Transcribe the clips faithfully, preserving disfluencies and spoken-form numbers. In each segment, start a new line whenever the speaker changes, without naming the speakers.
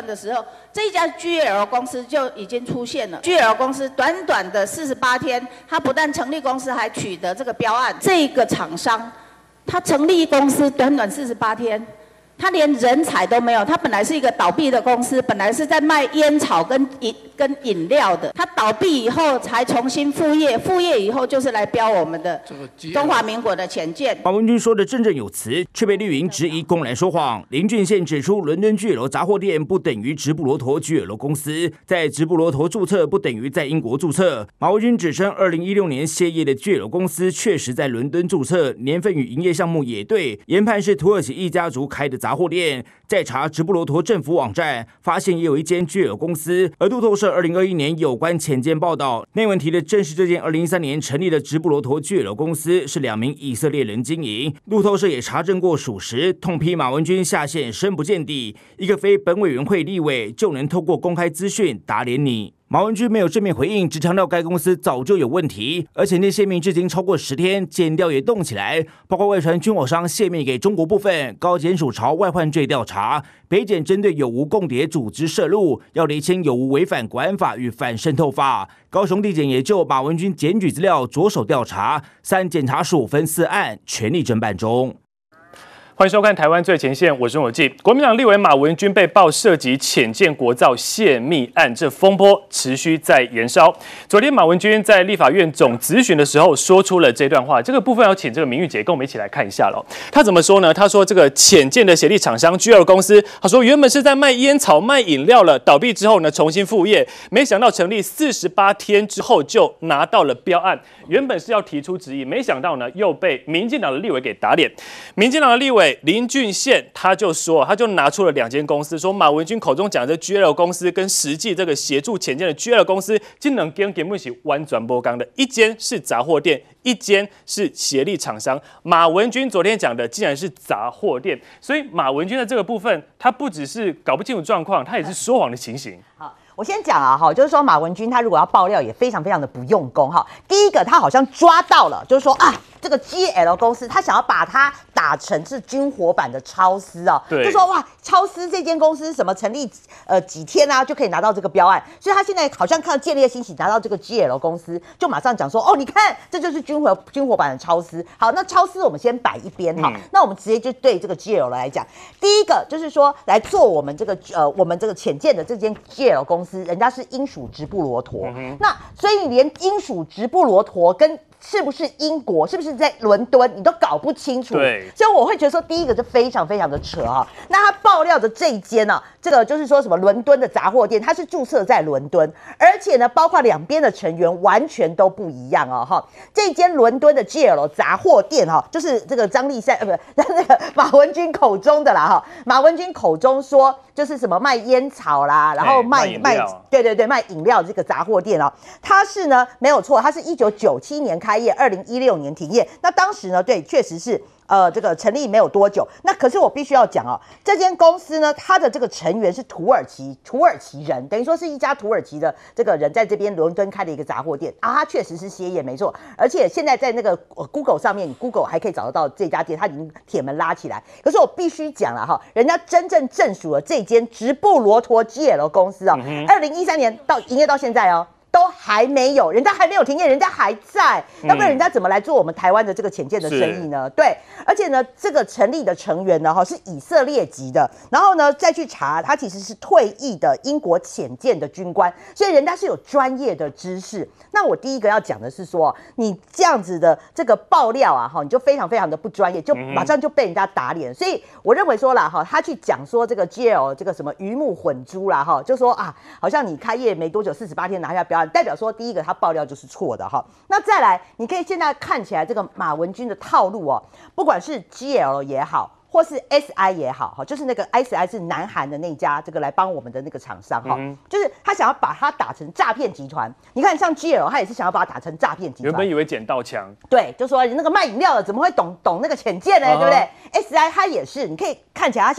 的时候，这一家 G L 公司就已经出现了。G L 公司短短的四十八天，它不但成立公司，还取得这个标案。这个厂商，他成立公司短短四十八天。 他连人才都没有，他本来是一个倒闭的公司，本来是在卖烟草跟饮跟饮料的。他倒闭以后才重新复业，复业以后就是来标我们的中华民国的潜舰。
马文君说的振振有词，却被绿营质疑公然说谎。林俊宪指出，伦敦 G L 杂货店不等于直布罗陀 G L 公司，在直布罗陀注册不等于在英国注册。马文君指称，二零一六年歇业的 G L 公司确实在伦敦注册，年份与营业项目也对，研判是土耳其一家族开的杂货店。再查直布罗陀政府网站，发现也有一间 G L 公司。而路透社二零二一年有关潜舰报道，内文提的正是这间二零一三年成立的直布罗陀 G L 公司，是两名以色列人经营。路透社也查证过属实，痛批马文君下线深不见底，一个非本委员会立委就能透过公开资讯打脸你。马文君没有正面回应，只强调该公司早就有问题，而且那泄密至今超过十天，检调也动起来，包括外传军火商泄密给中国部分，高检署朝外患罪调查，北检针对有无共谍组织涉入，要厘清有无违反国安法与反渗透法。高雄地检也就马文君检举资料着手调查，三检察署分四案全力侦办中。
欢迎收看《台湾最前线》，我是我记。国民党立委马文君被曝涉及潜舰国造泄密案，这风波持续在延烧。昨天马文君在立法院总质询的时候说出了这段话，这个部分要请这个明玉姐跟我们一起来看一下了。他怎么说呢？他说这个潜舰的协力厂商 G L 公司，他说原本是在卖烟草、卖饮料了，倒闭之后呢重新复业，没想到成立四十八天之后就拿到了标案。原本是要提出质疑，没想到呢又被民进党的立委给打脸。民进党的立委林俊宪他就说，他就拿出了两间公司，说马文君口中讲的 G L 公司跟实际这个协助潜舰的 G L 公司，竟能跟根本是弯转波刚的，一间是杂货店，一间是协力厂商。马文君昨天讲的竟然是杂货店，所以马文君的这个部分，他不只是搞不清楚状况，他也是说谎的情形。
好。我先讲啊，哈，就是说马文君他如果要爆料，也非常非常的不用功哈。第一个，他好像抓到了，就是说啊，这个 G L 公司他想要把它打成是军火版的超丝哦，就说哇，超丝这间公司什么成立呃几天啊就可以拿到这个标案，所以他现在好像看到建立欣喜拿到这个 G L 公司，就马上讲说哦，你看这就是军火军火版的超丝。好，那超丝我们先摆一边哈、嗯，那我们直接就对这个 G L 来讲，第一个就是说来做我们这个呃我们这个潜舰的这间 G L 公司。人家是英属直布罗陀、嗯，那所以连英属直布罗陀跟是不是英国，是不是在伦敦，你都搞不清楚。
对，
所以我会觉得说，第一个就非常非常的扯哈。那他爆料的这一间呢、啊，这个就是说什么伦敦的杂货店，它是注册在伦敦，而且呢，包括两边的成员完全都不一样哦哈。这间伦敦的 G L 杂货店哈，就是这个张立善呃不那个马文君口中的啦哈，马文君口中说就是什么卖烟草啦，然后卖卖对对对卖饮料这个杂货店哦，它是呢没有错，它是一九九七年开业，二零一六年停业。那当时呢，对，确实是。呃，这个成立没有多久，那可是我必须要讲哦，这间公司呢，它的这个成员是土耳其土耳其人，等于说是一家土耳其的这个人在这边伦敦开的一个杂货店啊，它确实是歇业没错，而且现在在那个 Google 上面，你 Google 还可以找得到这家店，它已经铁门拉起来。可是我必须讲了哈，人家真正正属了这间直布罗陀 G L 公司哦，二零一三年到营业到现在哦。都还没有，人家还没有停业，人家还在，要不然人家怎么来做我们台湾的这个潜舰的生意呢？对，而且呢，这个成立的成员呢，哈是以色列籍的，然后呢再去查，他其实是退役的英国潜舰的军官，所以人家是有专业的知识。那我第一个要讲的是说，你这样子的这个爆料啊，哈，你就非常非常的不专业，就马上就被人家打脸。所以我认为说啦，哈，他去讲说这个 G L 这个什么鱼目混珠啦，哈，就说啊，好像你开业没多久，四十八天拿下标案。代表说，第一个他爆料就是错的哈。那再来，你可以现在看起来这个马文君的套路哦，不管是 G L 也好，或是 S I 也好，哈，就是那个 S I 是南韩的那家这个来帮我们的那个厂商哈、嗯，就是他想要把它打成诈骗集团。你看，像 G L 他也是想要把它打成诈骗集团。
原本以为捡到枪，
对，就说那个卖饮料的怎么会懂懂那个潜舰呢？哦、对不对 ？S I 他也是，你可以看起来他现在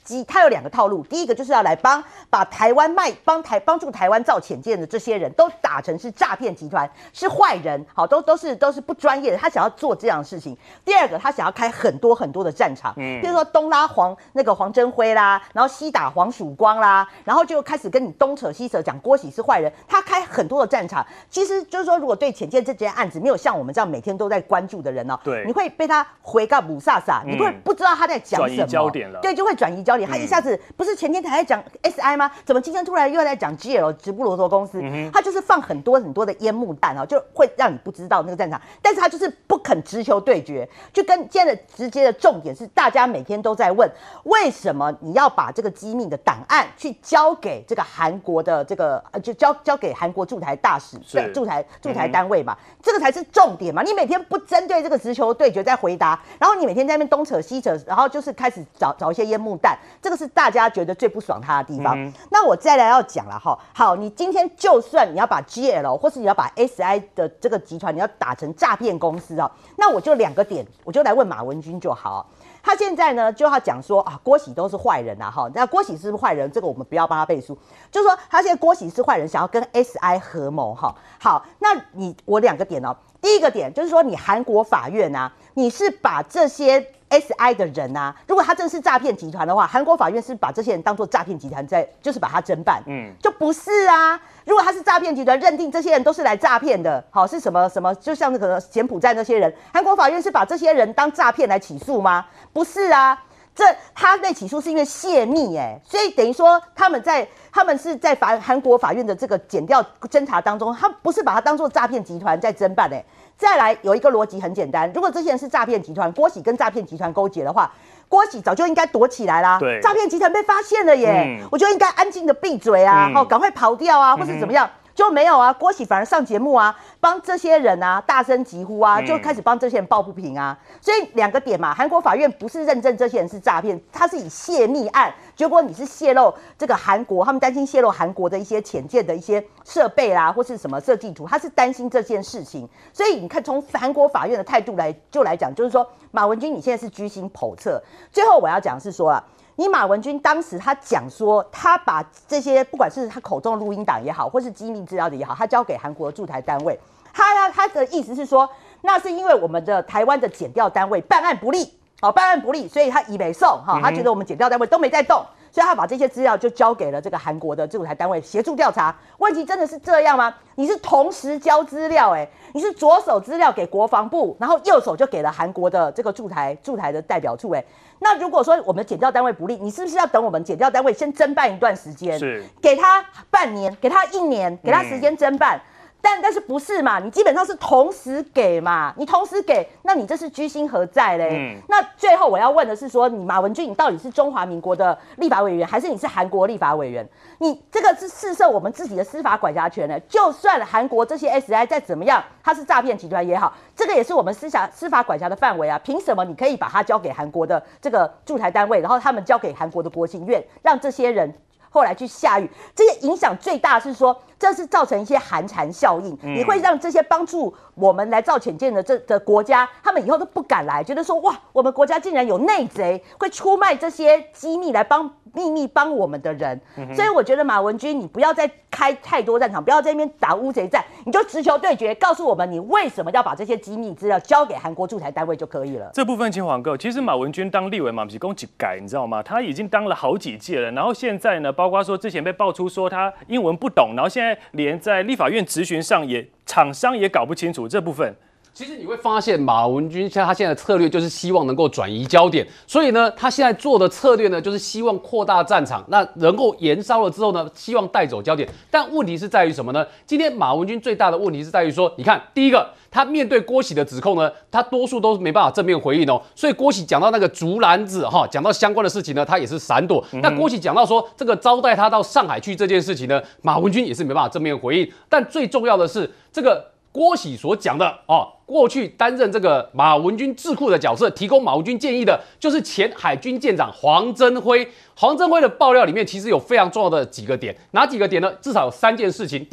机，他有两个套路，第一个就是要来帮把台湾卖帮台帮助台湾造潜舰的这些人都打成是诈骗集团，是坏人，好，都都是都是不专业的，他想要做这样的事情。第二个，他想要开很多很多的战场，嗯，比如说东拉黄那个黄镇辉啦，然后西打黄曙光啦，然后就开始跟你东扯西扯讲郭喜是坏人，他开很多的战场。其实就是说，如果对潜舰这件案子没有像我们这样每天都在关注的人哦，
对，
你会被他回个母萨萨，你会不知道他在讲什么，
转移焦点了，
对，就会转移焦点。他一下子不是前天还在讲 S I 吗？怎么今天突然又在讲 G L 直布罗陀公司？嗯、他就是放很多很多的烟幕弹啊，就会让你不知道那个战场，但是他就是不肯直球对决，就跟现在的直接的重点是，大家每天都在问，为什么你要把这个机密的档案去交给这个韩国的这个呃，就交交给韩国驻台大使、驻台驻台单位嘛？嗯、这个才是重点嘛！你每天不针对这个直球对决在回答，然后你每天在那边东扯西扯，然后就是开始找找一些烟幕弹，这个是大家觉得最不爽他的地方。嗯、那我再来要讲了哈，好，你今天就算你要把 G L 或是你要把 S I 的这个集团你要打成诈骗公司啊，那我就两个点，我就来问马文君就好。他现在呢就要讲说啊，郭喜都是坏人啊，哈，那郭喜是不是坏人？这个我们不要帮他背书，就是说他现在郭喜是坏人，想要跟 S I 合谋哈。好，那你我两个点哦，第一个点就是说你韩国法院啊，你是把这些 S I 的人啊，如果他真是诈骗集团的话，韩国法院是把这些人当作诈骗集团在，就是把他侦办，嗯，就不是啊。如果他是诈骗集团，认定这些人都是来诈骗的，好，是什么什么？就像那个柬埔寨那些人，韩国法院是把这些人当诈骗来起诉吗？不是啊，这他被起诉是因为泄密，哎，所以等于说他们在他们是在法韩国法院的这个检调侦查当中，他不是把他当作诈骗集团在侦办，哎。再来有一个逻辑很简单，如果这些人是诈骗集团，郭喜跟诈骗集团勾结的话，郭喜早就应该躲起来啦。
对，
诈骗集团被发现了耶，嗯、我就应该安静的闭嘴啊，好、嗯，赶快跑掉啊，或是怎么样。嗯就没有啊，郭喜反而上节目啊，帮这些人啊大声疾呼啊，就开始帮这些人抱不平啊。所以两个点嘛，韩国法院不是认证这些人是诈骗，他是以泄密案，结果你是泄露这个韩国，他们担心泄露韩国的一些潜舰的一些设备啦，或是什么设计图，他是担心这件事情。所以你看，从韩国法院的态度来就来讲，就是说马文君你现在是居心叵测。最后我要讲是说啊。你马文君当时他讲说，他把这些不管是他口中的录音档也好，或是机密资料的也好，他交给韩国驻台单位。他他的意思是说，那是因为我们的台湾的检调单位办案不力，好、哦、办案不力，所以他以没送哈，他觉得我们检调单位都没在动，所以他把这些资料就交给了这个韩国的驻台单位协助调查。问题真的是这样吗？你是同时交资料，哎，你是左手资料给国防部，然后右手就给了韩国的这个驻台驻台的代表处，哎。那如果说我们检调单位不力，你是不是要等我们检调单位先侦办一段时间，
是给
他半年，给他一年，给他时间侦办？嗯、但但是不是嘛？你基本上是同时给嘛，你同时给，那你这是居心何在嘞？嗯、那最后我要问的是说，你马文君，你到底是中华民国的立法委员，还是你是韩国立法委员？你这个是试射我们自己的司法管辖权呢？就算韩国这些 S I 再怎么样，它是诈骗集团也好，这个也是我们司法司法管辖的范围啊。凭什么你可以把它交给韩国的这个驻台单位，然后他们交给韩国的国情院，让这些人后来去下狱？这些影响最大是说，这是造成一些寒蝉效应，嗯、你会让这些帮助我们来造潜舰的这的国家，他们以后都不敢来，觉得说哇，我们国家竟然有内贼会出卖这些机密来帮。秘密帮我们的人，嗯、所以我觉得马文君，你不要再开太多战场，不要在那边打乌贼战，你就直球对决，告诉我们你为什么要把这些机密资料交给韩国驻台单位就可以了。
这部分请黄哥，其实马文君当立委嘛，不是讲几改，你知道吗？他已经当了好几届了，然后现在呢，包括说之前被爆出说他英文不懂，然后现在连在立法院质询上也厂商也搞不清楚这部分。
其实你会发现，马文君像他现在的策略就是希望能够转移焦点，所以呢，他现在做的策略呢，就是希望扩大战场，那能够延烧了之后呢，希望带走焦点。但问题是在于什么呢？今天马文君最大的问题是在于说，你看，第一个，他面对郭喜的指控呢，他多数都没办法正面回应哦，所以郭喜讲到那个竹篮子哈，讲到相关的事情呢，他也是闪躲。嗯、那郭喜讲到说这个招待他到上海去这件事情呢，马文君也是没办法正面回应。但最重要的是这个。郭喜所讲的哦，过去担任这个马文君智库的角色，提供马文君建议的，就是前海军舰长黄镇辉。黄镇辉的爆料里面，其实有非常重要的几个点，哪几个点呢？至少有三件事情。第一个，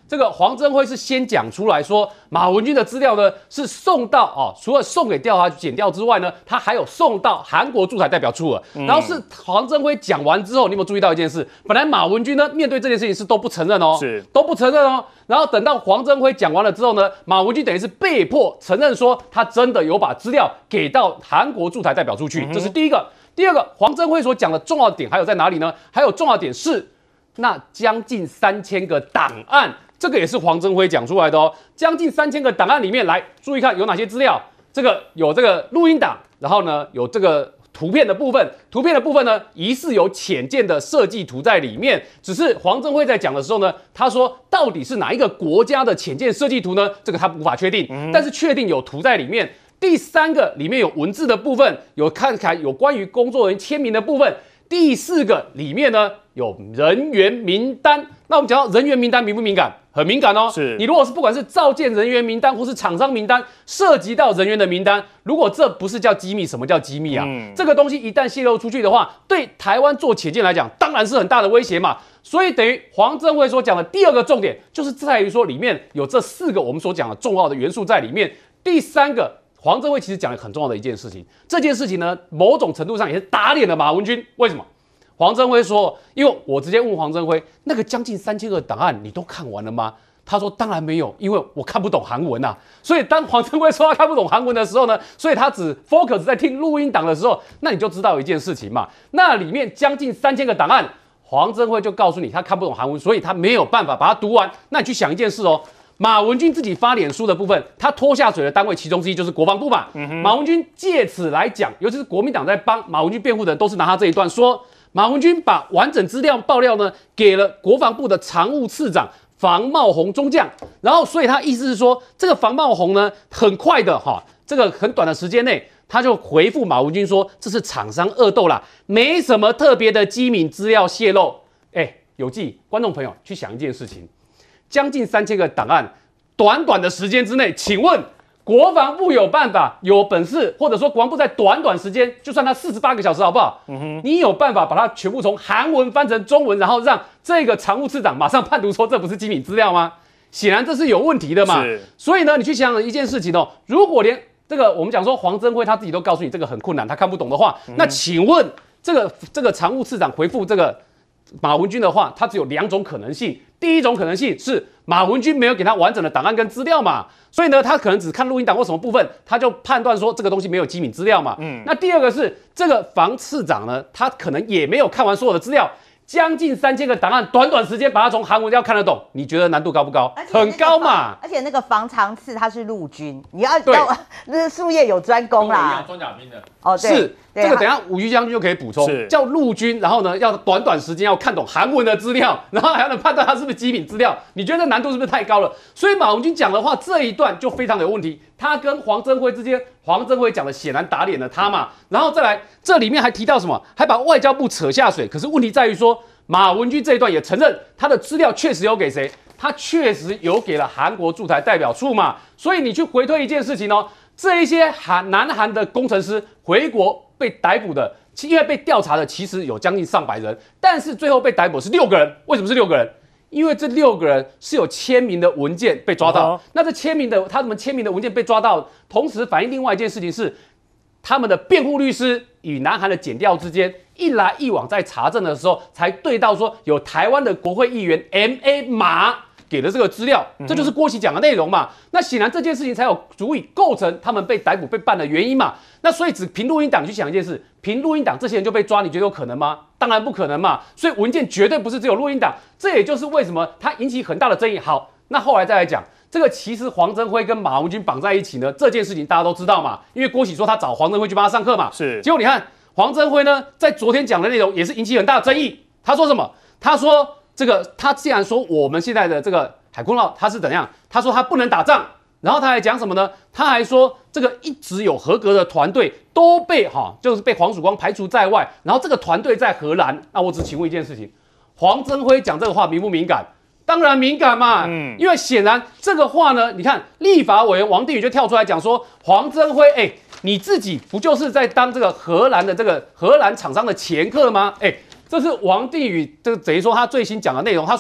这个黄镇辉是先讲出来说，马文君的资料呢是送到哦，除了送给调查局检调之外呢，他还有送到韩国驻台代表处了。嗯、然后是黄镇辉讲完之后，你有没有注意到一件事？本来马文君呢面对这件事情是都不承认哦，
是
都不承认哦。然后等到黄镇辉讲完了之后呢，马文君等于是被迫承认说他真的有把资料给到韩国驻台代表处去，嗯、这是第一个。第二个，黄镇辉所讲的重要点还有在哪里呢？还有重要点是那将近三千个档案。这个也是黄镇辉讲出来的哦，将近三千个档案里面来注意看有哪些资料。这个有这个录音档，然后呢有这个图片的部分，图片的部分呢疑似有潜舰的设计图在里面。只是黄镇辉在讲的时候呢，他说到底是哪一个国家的潜舰设计图呢？这个他无法确定，嗯、但是确定有图在里面。第三个里面有文字的部分，有看看有关于工作人员签名的部分。第四个里面呢有人员名单。那我们讲到人员名单敏不敏感？很敏感哦。是你如果是不管是召见人员名单或是厂商名单，涉及到人员的名单，如果这不是叫机密，什么叫机密啊？嗯、这个东西一旦泄露出去的话，对台湾做潜舰来讲，当然是很大的威胁嘛。所以等于黄镇辉所讲的第二个重点，就是在于说里面有这四个我们所讲的重要的元素在里面。第三个，黄镇辉其实讲了很重要的一件事情，这件事情呢，某种程度上也是打脸了马文君。为什么？黄镇辉说，因为我直接问黄镇辉，那个将近三千个档案你都看完了吗？他说当然没有，因为我看不懂韩文啊。所以当黄镇辉说他看不懂韩文的时候呢，所以他只 focus 在听录音档的时候，那你就知道一件事情嘛，那里面将近三千个档案，黄镇辉就告诉你他看不懂韩文，所以他没有办法把它读完。那你去想一件事哦。马文君自己发脸书的部分，他拖下水的单位其中之一就是国防部嘛。嗯、马文君借此来讲，尤其是国民党在帮马文君辩护的人，都是拿他这一段说，马文君把完整资料爆料呢给了国防部的常务次长房茂宏中将，然后所以他意思是说，这个房茂宏呢，很快的哈，这个很短的时间内，他就回复马文君说，这是厂商恶斗啦，没什么特别的机密资料泄露。哎，有记观众朋友去想一件事情。将近三千个档案，短短的时间之内，请问国防部有办法、有本事，或者说国防部在短短时间，就算他四十八个小时，好不好？嗯哼，你有办法把它全部从韩文翻成中文，然后让这个常务次长马上判读说这不是机密资料吗？显然这是有问题的嘛。所以呢，你去想想一件事情哦，如果连这个我们讲说黄镇辉他自己都告诉你这个很困难，他看不懂的话，嗯、那请问这个这个常务次长回复这个马文君的话，他只有两种可能性。第一种可能性是马文君没有给他完整的档案跟资料嘛，所以呢，他可能只看录音档或什么部分，他就判断说这个东西没有机密资料嘛。嗯，那第二个是这个房次长呢，他可能也没有看完所有的资料，将近三千个档案，短短时间把它从韩文要看得懂，你觉得难度高不高？很高嘛。
而且那个房长次他是陆军，你要要那术业有专攻啦，
装甲兵的
哦，对
是。这个等一下武局将军就可以补充，叫陆军，然后呢要短短时间要看懂韩文的资料，然后还要能判断它是不是机密资料，你觉得难度是不是太高了？所以马文君讲的话这一段就非常有问题，他跟黄镇辉之间，黄镇辉讲的显然打脸了他嘛，然后再来这里面还提到什么，还把外交部扯下水，可是问题在于说马文君这一段也承认他的资料确实有给谁，他确实有给了韩国驻台代表处嘛，所以你去回推一件事情哦，这一些韩南韩的工程师回国被逮捕的，因为被调查的其实有将近上百人，但是最后被逮捕是六个人。为什么是六个人？因为这六个人是有签名的文件被抓到。哦、那这签名的，他们签名的文件被抓到，同时反映另外一件事情是，他们的辩护律师与南韩的检调之间一来一往，在查证的时候才对到说有台湾的国会议员 M A 马给的这个资料，这就是郭璽讲的内容嘛。那显然这件事情才有足以构成他们被逮捕被办的原因嘛。那所以只凭录音档，你去想一件事，凭录音档这些人就被抓，你觉得有可能吗？当然不可能嘛。所以文件绝对不是只有录音档，这也就是为什么它引起很大的争议。好，那后来再来讲这个，其实黄镇辉跟马文君绑在一起呢，这件事情大家都知道嘛，因为郭璽说他找黄镇辉去帮他上课嘛。是，结果你看黄镇辉呢，在昨天讲的内容也是引起很大的争议。他说什么？他说这个他既然说我们现在的这个海空号他是怎样，他说他不能打仗。然后他还讲什么呢？他还说这个一直有合格的团队都被哈，就是被黄曙光排除在外。然后这个团队在荷兰。那我只请问一件事情：黄镇辉讲这个话敏不敏感？当然敏感嘛。嗯，因为显然这个话呢，你看立法委员王定宇就跳出来讲说，黄镇辉，哎，你自己不就是在当这个荷兰的这个荷兰厂商的掮客吗？哎，这是王定宇这个等于说他最新讲的内容。他说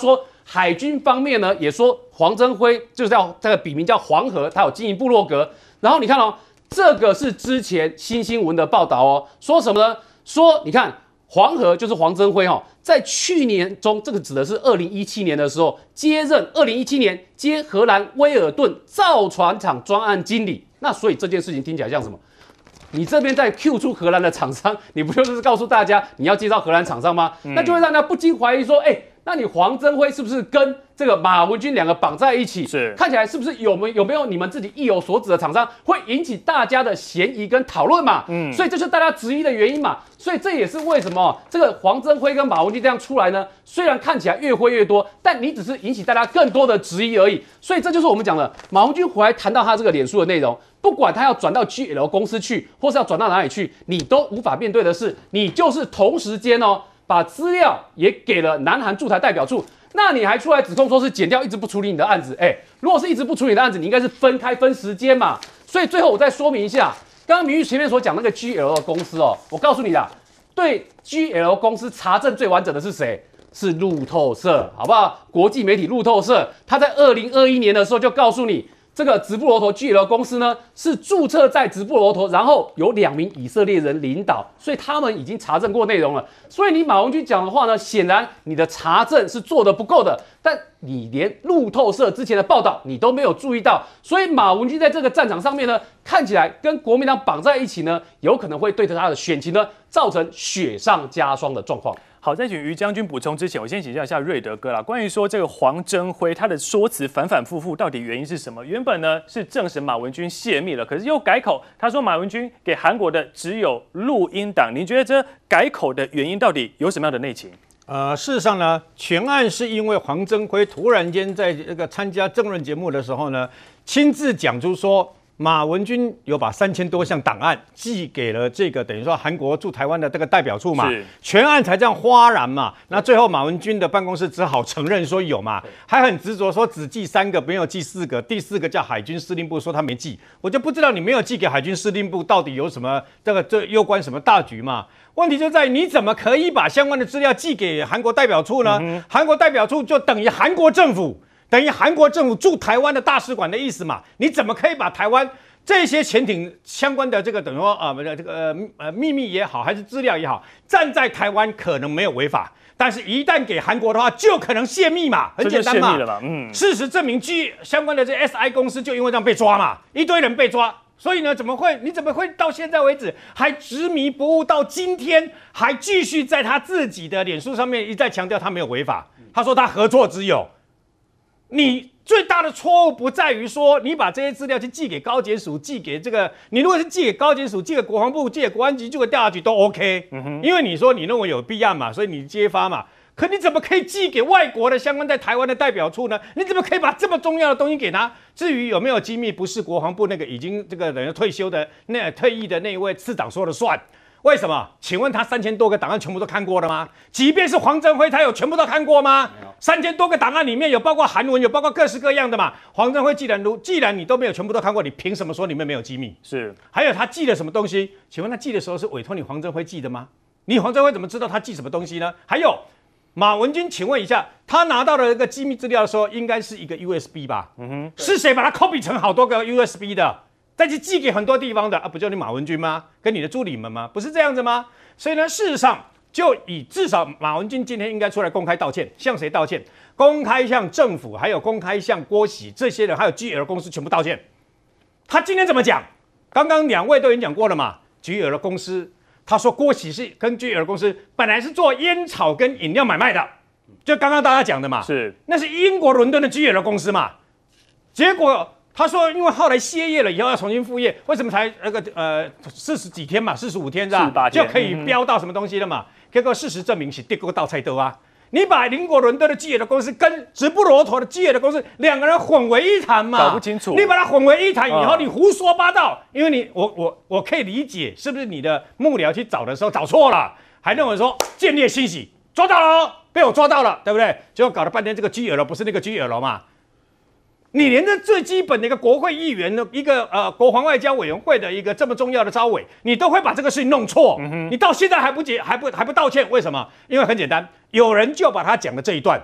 海军方面呢也说黄征辉就是叫这个笔名叫黄河，他有经营部落格。然后你看哦，这个是之前新新闻的报道哦，说什么呢？说你看黄河就是黄征辉哦，在去年中，这个指的是二零一七年的时候接任，二零一七年接荷兰威尔顿造船厂专案经理。那所以这件事情听起来像什么？你这边在 Q 出荷兰的厂商，你不就是告诉大家你要介绍荷兰厂商吗？嗯、那就会让大家不禁怀疑说，哎、欸，那你黄征辉是不是跟这个马文君两个绑在一起？
是，
看起来是不是有没有没有你们自己意有所指的厂商，会引起大家的嫌疑跟讨论嘛？嗯，所以这就是大家质疑的原因嘛。所以这也是为什么这个黄征辉跟马文君这样出来呢？虽然看起来越灰越多，但你只是引起大家更多的质疑而已。所以这就是我们讲的马文君回来谈到他这个脸书的内容。不管他要转到 G L 公司去，或是要转到哪里去，你都无法面对的是，你就是同时间哦，把资料也给了南韩驻台代表处，那你还出来指控说是检调一直不处理你的案子，哎，如果是一直不处理你的案子，你应该是分开分时间嘛。所以最后我再说明一下，刚刚明玉前面所讲那个 G L 的公司哦，我告诉你啦，对 G L 公司查证最完整的是谁？是路透社，好不好？国际媒体路透社，他在二零二一年的时候就告诉你。这个直布罗陀 G L 公司呢，是注册在直布罗陀，然后有两名以色列人领导，所以他们已经查证过内容了。所以你马文君讲的话呢，显然你的查证是做得不够的，但你连路透社之前的报道你都没有注意到，所以马文君在这个战场上面呢，看起来跟国民党绑在一起呢，有可能会对他的选情呢造成雪上加霜的状况。
好，在请于将军补充之前，我先请教一下瑞德哥啦。关于说这个黄征辉他的说辞反反复复，到底原因是什么？原本呢是证实马文君泄密了，可是又改口，他说马文君给韩国的只有录音档。您觉得这改口的原因到底有什么样的内情？
呃，事实上呢，全案是因为黄征辉突然间在这个参加政论节目的时候呢，亲自讲出说。马文君有把三千多项档案寄给了这个等于说韩国驻台湾的这个代表处嘛，全案才这样哗然嘛。那最后马文君的办公室只好承认说有嘛，还很执着说只寄三个，没有寄四个，第四个叫海军司令部说他没寄，我就不知道你没有寄给海军司令部到底有什么这个这攸关什么大局嘛？问题就在于你怎么可以把相关的资料寄给韩国代表处呢？嗯、韩国代表处就等于韩国政府。等于韩国政府驻台湾的大使馆的意思嘛？你怎么可以把台湾这些潜艇相关的这个等于说啊呃这个呃秘密也好，还是资料也好，站在台湾可能没有违法，但是一旦给韩国的话，就可能泄密嘛，很简单嘛。
了嗯，
事实证明，G 相关的这 S I 公司就因为这样被抓嘛，一堆人被抓。所以呢，怎么会？你怎么会到现在为止还执迷不悟？到今天还继续在他自己的脸书上面一再强调他没有违法，他说他合作之友。你最大的错误不在于说你把这些资料去寄给高检署，寄给这个，你如果是寄给高检署、寄给国防部、寄给国安局、寄给调查局都 OK，、嗯、因为你说你认为有弊案嘛，所以你揭发嘛。可你怎么可以寄给外国的相关在台湾的代表处呢？你怎么可以把这么重要的东西给他？至于有没有机密，不是国防部那个已经这个人退休的那退役的那一位次长说了算。为什么？请问他三千多个档案全部都看过了吗？即便是黄征辉，他有全部都看过吗？三千多个档案里面有包括韩文，有包括各式各样的嘛。黄征辉既然如既然你都没有全部都看过，你凭什么说里面没有机密？
是。还
有他寄了什么东西？请问他寄的时候是委托你黄征辉寄的吗？你黄征辉怎么知道他寄什么东西呢？还有马文君，请问一下，他拿到了一个机密资料的时候，应该是一个 U S B 吧？嗯哼。是谁把它 copy 成好多个 U S B 的？再去寄给很多地方的啊，不就你马文君吗？跟你的助理们吗？不是这样子吗？所以呢，事实上就以至少马文君今天应该出来公开道歉，向谁道歉？公开向政府，还有公开向郭喜这些人，还有 G L 公司全部道歉。他今天怎么讲？刚刚两位都已经讲过了嘛 ，G L 公司他说郭喜是跟 G L 公司本来是做烟草跟饮料买卖的，就刚刚大家讲的嘛，
是
那是英国伦敦的 G L 公司嘛，结果。他说，因为后来歇业了以后要重新复业，为什么才那个呃四十几天嘛，四十五天是吧？就可以标到什么东西了嘛？嗯、结果事实证明是跌过倒菜刀啊！你把英国伦敦的 G L 公司跟直布罗陀的 G L 公司两个人混为一谈嘛？
搞不清楚。
你把它混为一谈以后，你胡说八道，因为你我我我可以理解，是不是你的幕僚去找的时候找错了，还认为说见猎欣喜，抓到了，被我抓到了，对不对？结果搞了半天这个 G L 不是那个 G L 嘛？你连这最基本的一个国会议员的一个呃国防外交委员会的一个这么重要的召委，你都会把这个事情弄错，嗯、你到现在还不解还不还不道歉，为什么？因为很简单，有人就把他讲的这一段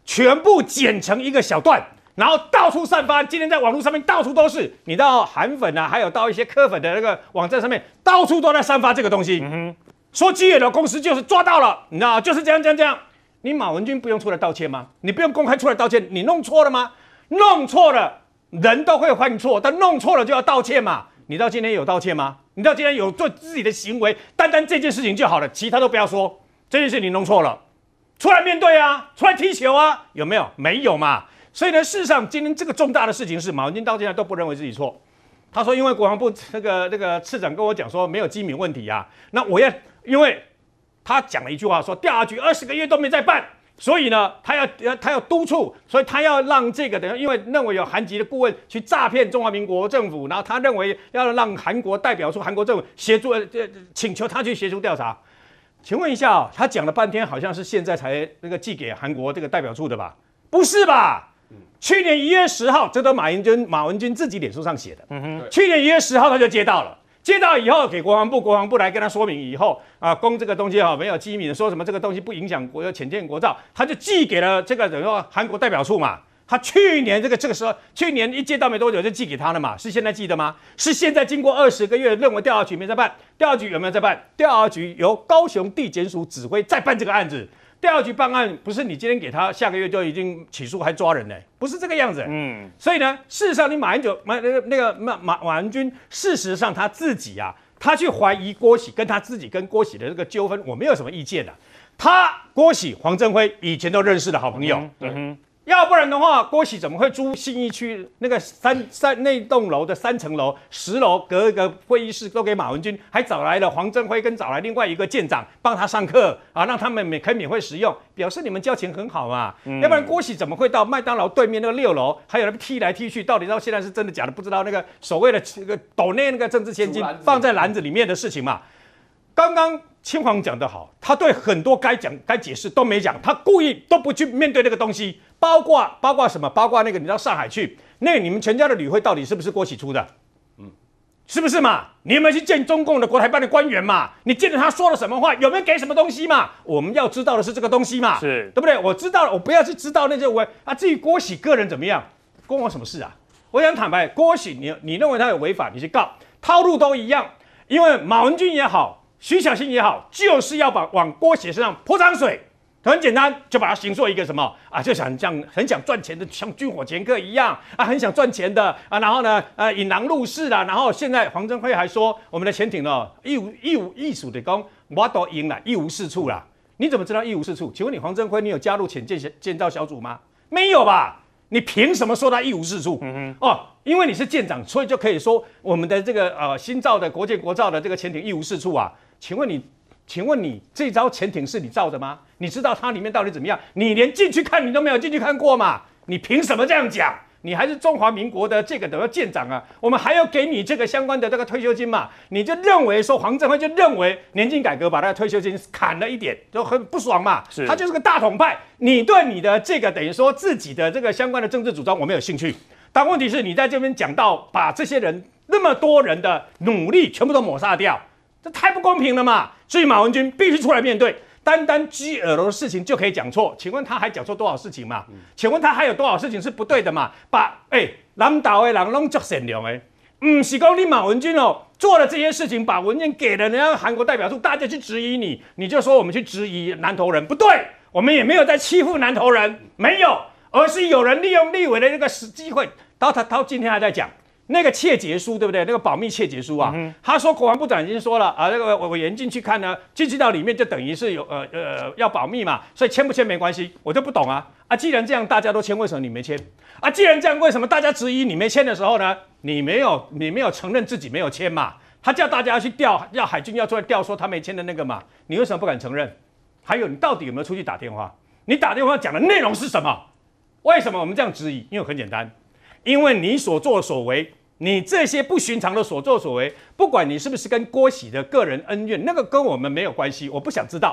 全部剪成一个小段，然后到处散发。今天在网络上面到处都是，你到韩粉啊，还有到一些科粉的那个网站上面，到处都在散发这个东西。嗯哼，说G L公司就是抓到了，你知道，就是这样这样这样。你马文君不用出来道歉吗？你不用公开出来道歉，你弄错了吗？弄错了，人都会犯错，但弄错了就要道歉嘛。你到今天有道歉吗？你到今天有做自己的行为，单单这件事情就好了，其他都不要说。这件事你弄错了，出来面对啊，出来踢球啊，有没有？没有嘛。所以呢，事实上今天这个重大的事情是马文君到现在都不认为自己错。他说，因为国防部那个那个次长跟我讲说没有机敏问题啊，那我要因为。他讲了一句话说，调查局二十个月都没在办，所以呢，他要他要督促，所以他要让这个等于因为认为有韩籍的顾问去诈骗中华民国政府，然后他认为要让韩国代表处韩国政府协助，呃，请求他去协助调查。请问一下、哦，他讲了半天，好像是现在才那个寄给韩国这个代表处的吧？不是吧？嗯、去年一月十号，这都马文君马文君自己脸书上写的。嗯哼，去年一月十号他就接到了。接到以后给国防部，国防部来跟他说明以后啊，供这个东西啊没有机密，说什么这个东西不影响国有潜舰国造，他就寄给了这个等于说韩国代表处嘛。他去年这个这个时候，去年一接到没多久就寄给他了嘛，是现在寄的吗？是现在经过二十个月，认为调查局没在办，调查局有没有在办？调查局由高雄地检署指挥再办这个案子。调查局办案不是你今天给他，下个月就已经起诉还抓人呢，不是这个样子。嗯，所以呢，事实上你马英九马那个那个马马马文君，事实上他自己啊，他去怀疑郭喜，跟他自己跟郭喜的这个纠纷，我没有什么意见的、啊。他郭喜、黄镇辉以前都认识的好朋友，嗯嗯嗯、要不然的话，郭喜怎么会租信义区那个三三那栋楼的三层楼十楼隔一个会议室都给马文君，还找来了黄镇辉跟找来另外一个舰长帮他上课啊，让他们免可以免费使用，表示你们交情很好嘛。嗯、要不然郭喜怎么会到麦当劳对面那个六楼，还有那踢来踢去，到底到现在是真的假的不知道，那个所谓的这个斗内那个政治千金放在篮子里面的事情嘛。刚刚青黄讲得好，他对很多该讲该解释都没讲，他故意都不去面对那个东西，包括包括什么？包括那个你到上海去，那个、你们全家的旅费到底是不是郭喜出的？嗯，是不是嘛？你有没有去见中共的国台办的官员嘛？你见了他说了什么话？有没有给什么东西嘛？我们要知道的是这个东西嘛？是对不对？我知道了，我不要去知道那些我啊。至于郭喜个人怎么样，关我什么事啊？我想坦白，郭喜你你认为他有违法，你去告，套路都一样，因为马文君也好。徐小新也好，就是要把往郭喜身上泼脏水，很简单，就把它形塑一个什么啊，就想像很想赚钱的，像军火掮客一样啊，很想赚钱的啊，然后呢，呃，引狼入室啦，然后现在黄镇辉还说我们的潜艇呢，一无一无艺术的讲，我都赢了，一无是处啦。你怎么知道一无是处？请问你黄镇辉，你有加入潜舰建造小组吗？没有吧？你凭什么说他一无是处？嗯、哦，因为你是舰长，所以就可以说我们的这个呃新造的国建国造的这个潜艇一无是处啊。请问你，请问你这艘潜艇是你造的吗？你知道它里面到底怎么样？你连进去看你都没有进去看过嘛？你凭什么这样讲？你还是中华民国的这个等于舰长啊，我们还要给你这个相关的这个退休金嘛？你就认为说黄镇辉就认为年金改革把他的退休金砍了一点，就很不爽嘛？是，他就是个大统派。你对你的这个等于说自己的这个相关的政治主张我没有兴趣，但问题是你在这边讲到把这些人那么多人的努力全部都抹杀掉。这太不公平了嘛！所以马文君必须出来面对，单单 G L 的事情就可以讲错，请问他还讲错多少事情嘛？嗯、请问他还有多少事情是不对的嘛？把哎，南岛的人拢足善良的，不是讲你马文君哦做了这些事情，把文件给了人家韩国代表处，大家去质疑你，你就说我们去质疑南投人，不对，我们也没有在欺负南投人，没有，而是有人利用立委的这个机会，到他到今天还在讲。那个窃结书对不对？那个保密窃结书啊，嗯、他说国防部长已经说了啊，那个委员进去看呢，进去到里面就等于是有呃呃要保密嘛，所以签不签没关系，我就不懂啊啊！既然这样大家都签，为什么你没签？啊，既然这样，为什么大家质疑你没签的时候呢？你没有你没有承认自己没有签嘛？他叫大家去调，要海军要出来调说他没签的那个嘛？你为什么不敢承认？还有你到底有没有出去打电话？你打电话讲的内容是什么？为什么我们这样质疑？因为很简单，因为你所作所为。你这些不寻常的所作所为，不管你是不是跟郭喜的个人恩怨，那个跟我们没有关系，我不想知道。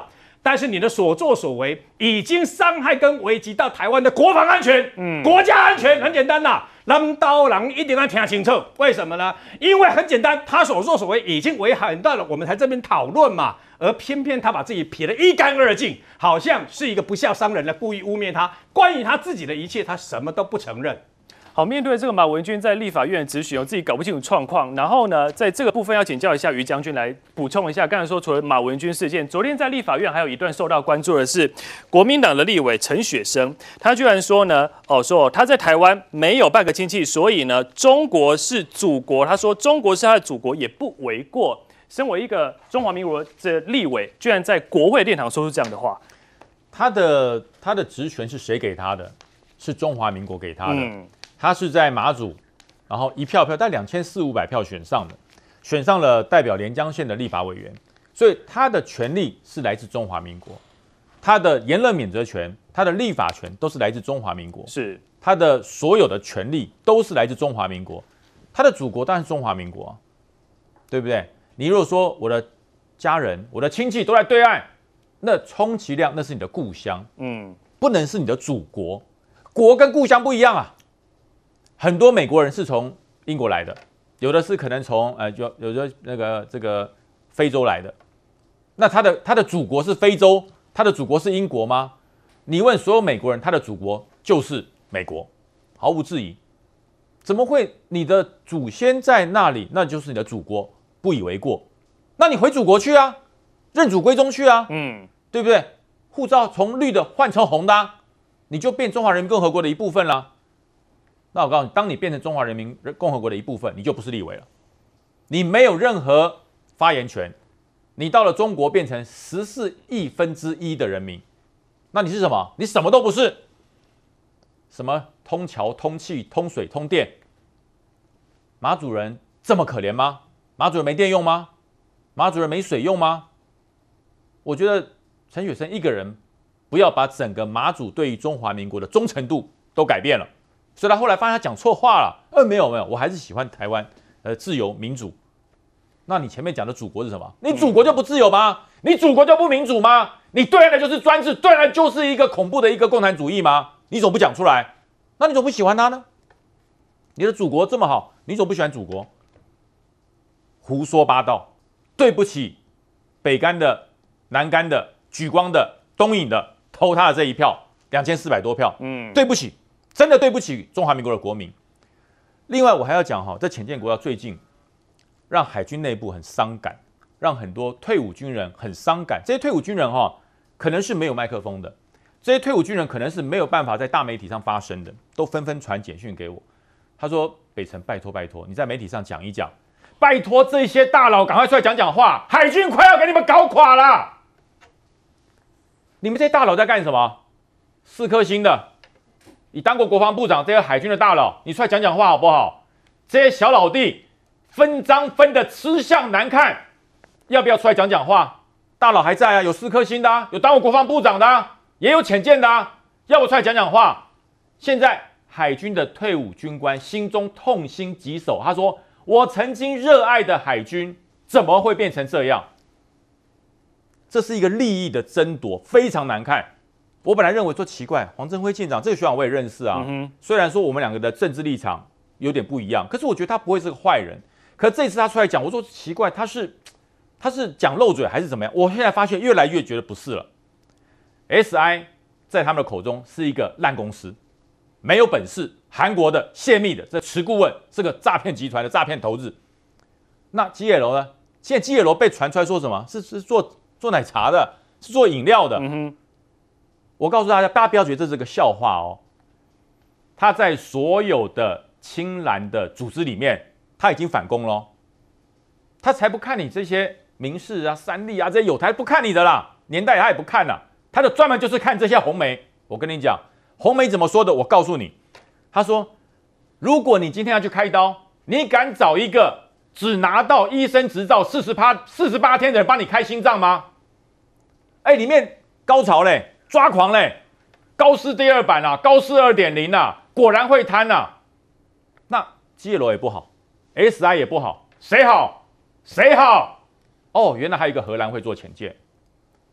但是你的所作所为已经伤害跟危及到台湾的国防安全，嗯，国家安全。很简单呐，咱刀郎一定要听清楚，为什么呢？因为很简单，他所作所为已经危害到了，我们才这边讨论嘛。而偏偏他把自己撇得一干二净，好像是一个不孝商人的，故意污蔑他。关于他自己的一切，他什么都不承认。
好，面对这个马文君在立法院质询，我自己搞不清楚状况。然后呢，在这个部分要请教一下于将军来补充一下。刚才说除了马文君事件，昨天在立法院还有一段受到关注的是国民党的立委陈雪生，他居然说呢，哦，说他在台湾没有半个亲戚，所以呢，中国是祖国。他说中国是他的祖国，也不为过。身为一个中华民国的立委，居然在国会殿堂说出这样的话，
他的他的职权是谁给他的？是中华民国给他的。嗯他是在马祖，然后一票票，但两千四五百票选上的，选上了代表连江县的立法委员，所以他的权力是来自中华民国，他的言论免责权、他的立法权都是来自中华民国，
是
他的所有的权利都是来自中华民国，他的祖国当然是中华民国啊，对不对？你如果说我的家人、我的亲戚都在对岸，那充其量那是你的故乡，嗯，不能是你的祖国，国跟故乡不一样啊。很多美国人是从英国来的，有的是可能从呃，有有的那个这个非洲来的。那他的他的祖国是非洲，他的祖国是英国吗？你问所有美国人，他的祖国就是美国，毫无质疑。怎么会你的祖先在那里，那就是你的祖国，不以为过？那你回祖国去啊，认祖归宗去啊，嗯，对不对？护照从绿的换成红的啊，你就变中华人民共和国的一部分啦。那我告诉你，当你变成中华人民共和国的一部分，你就不是立委了，你没有任何发言权。你到了中国，变成十四亿分之一的人民，那你是什么？你什么都不是。什么通桥、通气、通水、通电？马祖人这么可怜吗？马祖人没电用吗？马祖人没水用吗？我觉得陈雪生一个人不要把整个马祖对于中华民国的忠诚度都改变了。所以他后来发现他讲错话了，呃，没有没有，我还是喜欢台湾，呃，自由民主。那你前面讲的祖国是什么？你祖国就不自由吗？你祖国就不民主吗？你对岸的就是专制，对岸就是一个恐怖的一个共产主义吗？你怎么不讲出来？那你怎么不喜欢他呢？你的祖国这么好，你怎么不喜欢祖国？胡说八道！对不起，北干的、南干的、莒光的、东引的，投他的这一票，两千四百多票，嗯，对不起。真的对不起中华民国的国民。另外，我还要讲哈，这潜舰国造最近让海军内部很伤感，让很多退伍军人很伤感。这些退伍军人哈，可能是没有麦克风的，这些退伍军人可能是没有办法在大媒体上发声的，都纷纷传简讯给我。他说：“北辰，拜托拜托，你在媒体上讲一讲，拜托这些大佬赶快出来讲讲话，海军快要给你们搞垮了。你们这些大佬在干什么？四颗星的。”你当过国防部长，这些海军的大佬，你出来讲讲话好不好？这些小老弟分赃分的吃相难看，要不要出来讲讲话？大佬还在啊，有四颗星的啊，有当过国防部长的啊，也有潜舰的啊，要不出来讲讲话？现在海军的退伍军官心中痛心疾首，他说：“我曾经热爱的海军怎么会变成这样？”这是一个利益的争夺，非常难看。我本来认为说奇怪，黄镇辉舰长这个学长我也认识啊，嗯、虽然说我们两个的政治立场有点不一样，可是我觉得他不会是个坏人。可这次他出来讲，我说奇怪，他是他是讲漏嘴还是怎么样？我现在发现越来越觉得不是了。S I 在他们的口中是一个烂公司，没有本事，韩国的泄密的，这池顾问是个诈骗集团的诈骗头子。那基野楼呢？现在基野楼被传出来说什么？是是做做奶茶的，是做饮料的。嗯哼。我告诉大家，大家不要觉得这是个笑话哦。他在所有的青蓝的组织里面，他已经反攻了。他才不看你这些民视啊、三立啊这些有台不看你的啦，年代他也不看啦，他就专门就是看这些红媒。我跟你讲，红媒怎么说的？我告诉你，他说：如果你今天要去开刀，你敢找一个只拿到医生执照四十八四十八天的人帮你开心脏吗？哎，里面高潮嘞！抓狂嘞！高斯第二版啊，高斯 二点零 啊，果然会贪啊。那基野楼也不好 ，S I 也不好，谁好？谁好？哦，原来还有一个荷兰会做潜舰，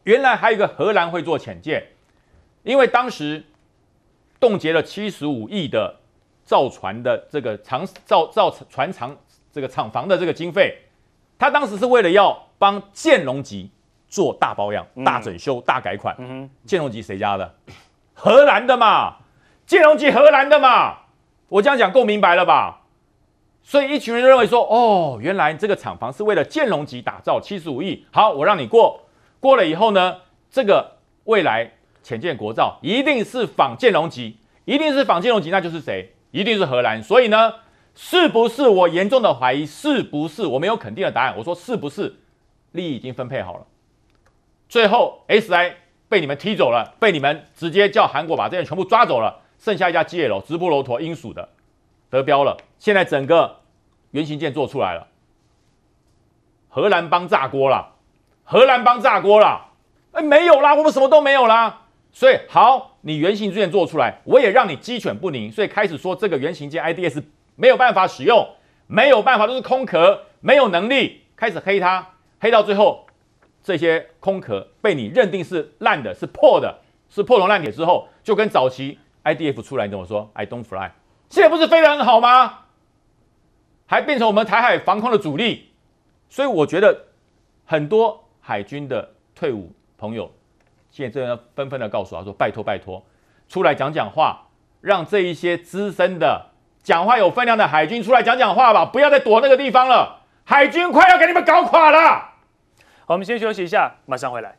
原来还有一个荷兰会做潜舰，因为当时冻结了七十五亿的造船的这个长造造船厂这个厂房的这个经费，他当时是为了要帮建龙级做大保养、大整修、大改款。嗯、建龙级谁家的？荷兰的嘛，建龙级荷兰的嘛。我这样讲够明白了吧？所以一群人认为说，哦，原来这个厂房是为了建龙级打造，七十五亿，好，我让你过。过了以后呢，这个未来潜舰国造一定是仿建龙级，一定是仿建龙级，那就是谁？一定是荷兰。所以呢，是不是我严重的怀疑？是不是我没有肯定的答案？我说是不是？利益已经分配好了，最后 S I 被你们踢走了，被你们直接叫韩国把这些人全部抓走了，剩下一家 G L 直布罗陀英属的得标了。现在整个原型舰做出来了，荷兰帮炸锅了，荷兰帮炸锅了，哎，没有啦，我们什么都没有啦。所以好，你原型舰做出来，我也让你鸡犬不宁，所以开始说这个原型舰 I D S 没有办法使用，没有办法，都是空壳，没有能力，开始黑它，黑到最后，这些空壳被你认定是烂的，是破的，是破铜烂铁之后，就跟早期 I D F 出来，你怎么说 ？I don't fly， 现在不是飞得很好吗？还变成我们台海防空的主力，所以我觉得很多海军的退伍朋友，现在纷纷的告诉他说：“拜托拜托，出来讲讲话，让这一些资深的、讲话有分量的海军出来讲讲话吧，不要再躲那个地方了，海军快要给你们搞垮了。”
好，我们先休息一下，马上回来。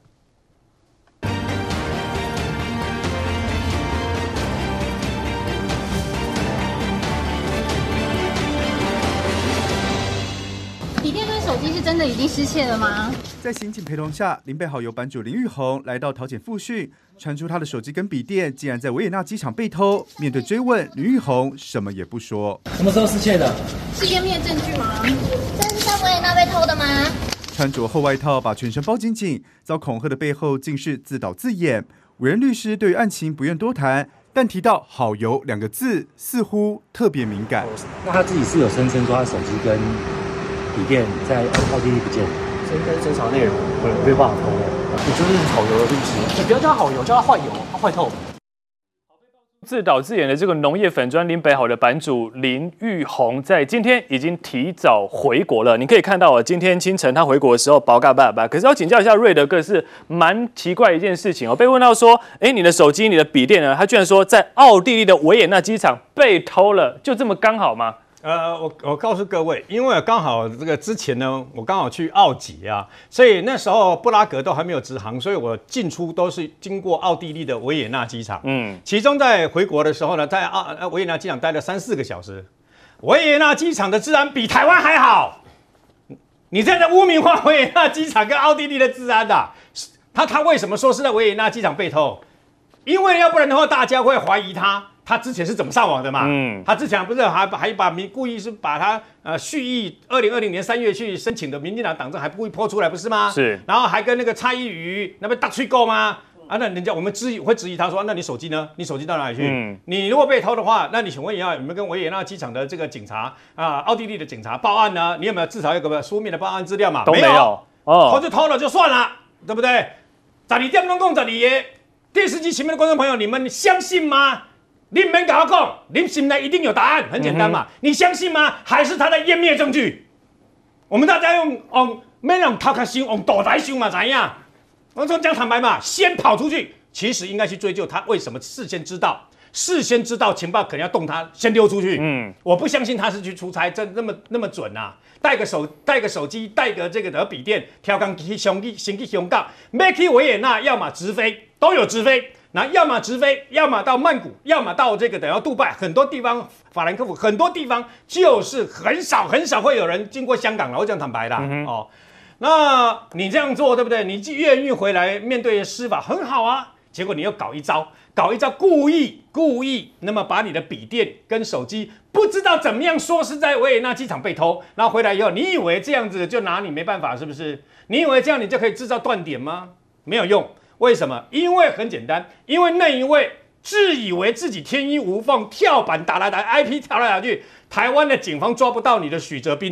笔电跟手机是真的已经失窃了吗？
在刑警陪同下，林北好友版主林玉红来到桃检复讯，传出他的手机跟笔电竟然在维也纳机场被偷。面对追问，林玉红什么也不说。
什么时候失窃的？
是湮灭证据吗？
这是在维也纳被偷的吗？
穿着厚外套，把全身包紧紧，遭恐吓的背后竟是自导自演。委任律师对于案情不愿多谈，但提到好友两个字，似乎特别敏感。
那他自己是有声称说他手机跟笔电在奥地利不见了，
这应该是侦查内容，我没有办法透露。你就是好友的律师，你不要叫他好友，叫他坏友，他坏透。
自导自演的这个农业粉专林北好的版主林玉红，在今天已经提早回国了。你可以看到啊，今天清晨他回国的时候，包嘎巴巴。可是要请教一下瑞德哥，是蛮奇怪的一件事情哦。被问到说，哎，你的手机、你的笔电呢？他居然说在奥地利的维也纳机场被偷了，就这么刚好吗？
呃，我我告诉各位，因为刚好这个之前呢，我刚好去奥籍啊，所以那时候布拉格都还没有直航，所以我进出都是经过奥地利的维也纳机场。嗯，其中在回国的时候呢，在奥维也纳机场待了三四个小时。维也纳机场的治安比台湾还好，你现在污名化维也纳机场跟奥地利的治安的、啊，他他为什么说是在维也纳机场被偷？因为要不然的话，大家会怀疑他。他之前是怎么上网的嘛？嗯，他之前不是还还把民故意是把他呃蓄意二零二零年三月去申请的民进党党证还故意泼出来不是吗？
是，
然后还跟那个蔡依瑜那边大吹够吗？啊，那人家我们质疑会质疑他说，那你手机呢？你手机到哪里去？嗯，你如果被偷的话，那你请问一下有没有跟维也纳机场的这个警察啊、奥地利的警察报案呢？你有没有至少有个书面的报案资料嘛？
都没有，哦，
偷就偷了就算了，对不对？十二点钟讲十二个，电视机前面的观众朋友，你们相信吗？你免跟我讲，你心内一定有答案，很简单嘛。嗯、你相信吗？还是他在湮灭证据？我们大家用用没用头壳想，用大台想嘛，怎样？我说讲坦白嘛，先跑出去，其实应该去追究他为什么事先知道，事先知道情报可能要动他，先溜出去。嗯，我不相信他是去出差，这那么那么准啊！带个手带个手机，带个这个的笔电，挑工去上去先去香港，要去维也纳，要么直飞，都有直飞。那要么直飞，要么到曼谷，要么到这个等到杜拜，很多地方法兰克福，很多地方就是很少很少会有人经过香港了。我讲坦白啦，嗯、哦，那你这样做对不对？你愿意回来面对司法很好啊，结果你又搞一招，搞一招故意故意，那么把你的笔电跟手机不知道怎么样说是在维也纳机场被偷，然后回来以后，你以为这样子就拿你没办法是不是？你以为这样你就可以制造断点吗？没有用。为什么？因为很简单，因为那一位自以为自己天衣无缝，跳板打来打 I P 跳来打去，台湾的警方抓不到你的许哲斌的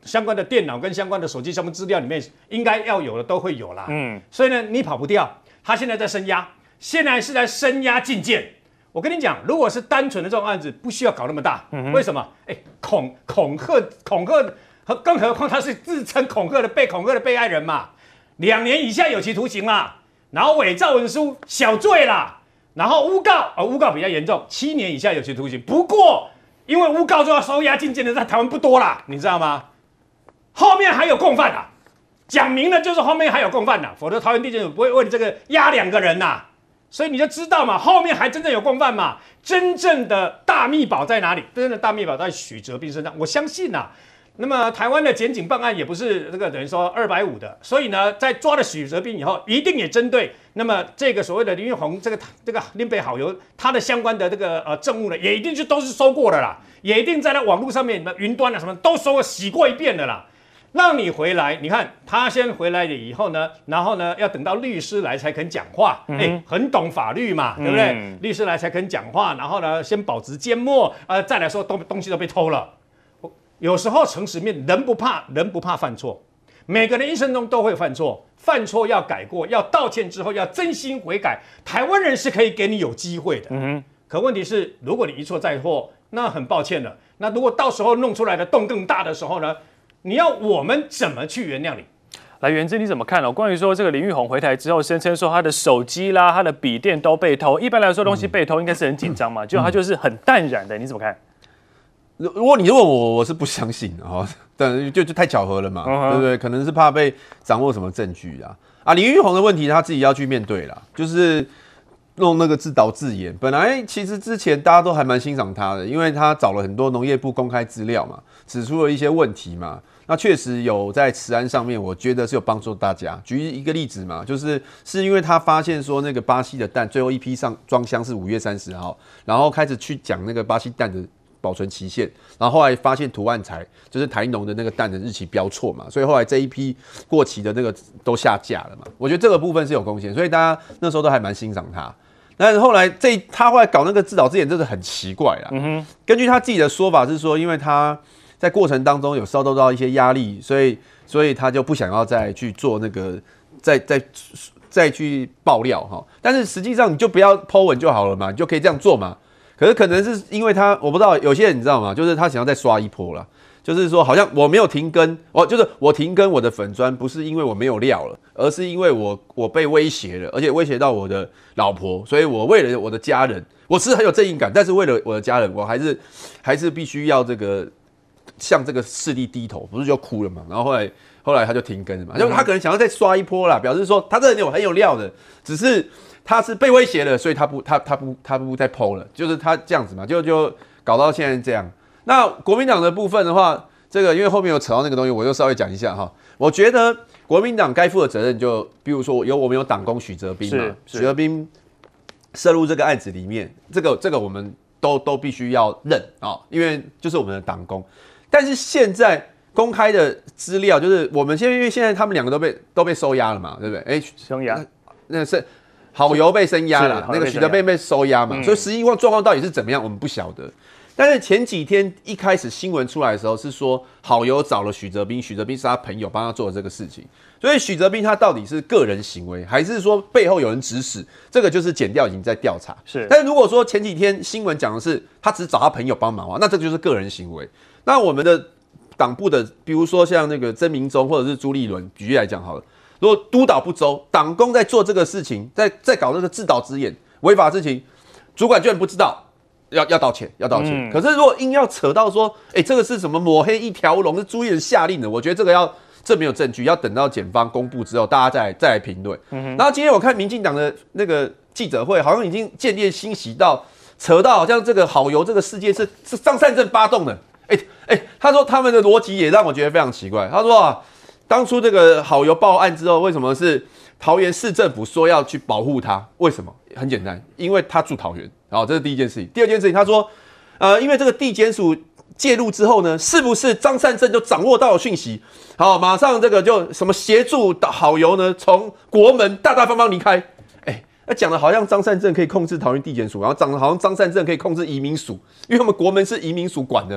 相关的电脑跟相关的手机相关资料里面应该要有的都会有啦。嗯，所以呢，你跑不掉。他现在在声押，现在是在声押禁见。我跟你讲，如果是单纯的这种案子，不需要搞那么大。嗯、为什么？哎，恐恐吓恐吓，和更何况他是自称恐吓的被恐吓的被害人嘛，两年以下有期徒刑啦，然后伪造文书小罪啦，然后诬告，呃，诬告比较严重，七年以下有期徒刑。不过因为诬告就要收押禁见的，在台湾不多啦，你知道吗？后面还有共犯啊，讲明了就是后面还有共犯呐、啊，否则桃园地检署不会为了这个押两个人呐、啊。所以你就知道嘛，后面还真正有共犯嘛，真正的大秘宝在哪里？真正的大秘宝在许哲斌身上，我相信呐。那么台湾的检警办案也不是这个等于说二百五的，所以呢，在抓了许哲斌以后，一定也针对那么这个所谓的林玉红这个这个林北好友他的相关的这个呃证物呢，也一定就都是收过的啦，也一定在那网络上面、云端啊什么都收过洗过一遍的啦。让你回来，你看他先回来了以后呢，然后呢要等到律师来才肯讲话，哎、嗯欸，很懂法律嘛，对不对？嗯、律师来才肯讲话，然后呢先保持缄默，呃，再来说东东西都被偷了。有时候诚实面，人不怕人不怕犯错，每个人一生中都会犯错，犯错要改过，要道歉之后要真心悔改，台湾人是可以给你有机会的。嗯、可问题是，如果你一错再错，那很抱歉了。那如果到时候弄出来的洞更大的时候呢？你要我们怎么去原谅你？
来，元之你怎么看哦？关于说这个林玉红回台之后，声称说他的手机啦、他的笔电都被偷。一般来说，东西被偷应该是很紧张嘛，结果他就是很淡然的，你怎么看？
如果你问我，我是不相信啊，但就就太巧合了嘛，嗯、对不对？可能是怕被掌握什么证据啊啊！林玉红的问题他自己要去面对啦，就是弄那个自导自演。本来其实之前大家都还蛮欣赏他的，因为他找了很多农业部公开资料嘛，指出了一些问题嘛。那确实有在食安上面，我觉得是有帮助大家。举一个例子嘛，就是是因为他发现说那个巴西的蛋最后一批上装箱是五月三十号，然后开始去讲那个巴西蛋的保存期限，然后后来发现图案材就是台农的那个蛋的日期标错嘛，所以后来这一批过期的那个都下架了嘛。我觉得这个部分是有贡献，所以大家那时候都还蛮欣赏他。但是后来这他后来搞那个自导自演，真的很奇怪啦。嗯哼，根据他自己的说法是说，因为他在过程当中有受到一些压力，所以所以他就不想要再去做那个，再再再去爆料哈。但是实际上你就不要 po 文就好了嘛，你就可以这样做嘛。可是可能是因为他，我不知道有些人你知道吗？就是他想要再刷一波啦，就是说好像我没有停更，我就是我停更我的粉专，不是因为我没有料了，而是因为我我被威胁了，而且威胁到我的老婆，所以我为了我的家人，我是很有正义感，但是为了我的家人，我还是还是必须要这个。向这个势力低头，不是就哭了嘛？然后后来后来他就停更了嘛，就他可能想要再刷一波啦，表示说他这人有很有料的，只是他是被威胁了，所以他不他他不他不再 po 了，就是他这样子嘛，就就搞到现在这样。那国民党的部分的话，这个因为后面有扯到那个东西，我就稍微讲一下哈。我觉得国民党该负的责任就，比如说有我们有党工许哲斌嘛，许哲斌涉入这个案子里面，这个这个我们都都必须要认啊、哦，因为就是我们的党工。但是现在公开的资料，就是我们现在因为现在他们两个都被都被收押了嘛，对不对？哎，
收押，
那是好油被声押了，那个许德被被收押嘛，嗯、所以实际状况到底是怎么样，我们不晓得。但是前几天一开始新闻出来的时候是说，好友找了许哲斌，许哲斌是他朋友帮他做的这个事情，所以许哲斌他到底是个人行为，还是说背后有人指使？这个就是检调已经在调查。是，但是如果说前几天新闻讲的是他只找他朋友帮忙的话，那这就是个人行为。那我们的党部的，比如说像那个曾明忠或者是朱立伦，举例来讲好了，如果督导不周，党工在做这个事情，在在搞这个自导自演违法事情，主管居然不知道，要要道歉，要道歉。嗯、可是如果硬要扯到说，哎、欸，这个是什么抹黑一条龙，是朱立伦下令的，我觉得这个要这没有证据，要等到检方公布之后，大家再来再来评论。嗯、然后今天我看民进党的那个记者会，好像已经渐渐欣喜到扯到好像这个好油这个事件是是张善政发动的。哎、欸、哎、欸，他说他们的逻辑也让我觉得非常奇怪。他说啊，当初这个好油报案之后，为什么是桃园市政府说要去保护他？为什么？很简单，因为他住桃园。好，这是第一件事情。第二件事情，他说，呃，因为这个地检署介入之后呢，是不是张善政就掌握到了讯息？好，马上这个就什么协助好油呢，从国门大大方方离开。哎、欸，那讲的好像张善政可以控制桃园地检署，然后讲的好像张善政可以控制移民署，因为我们国门是移民署管的嘛。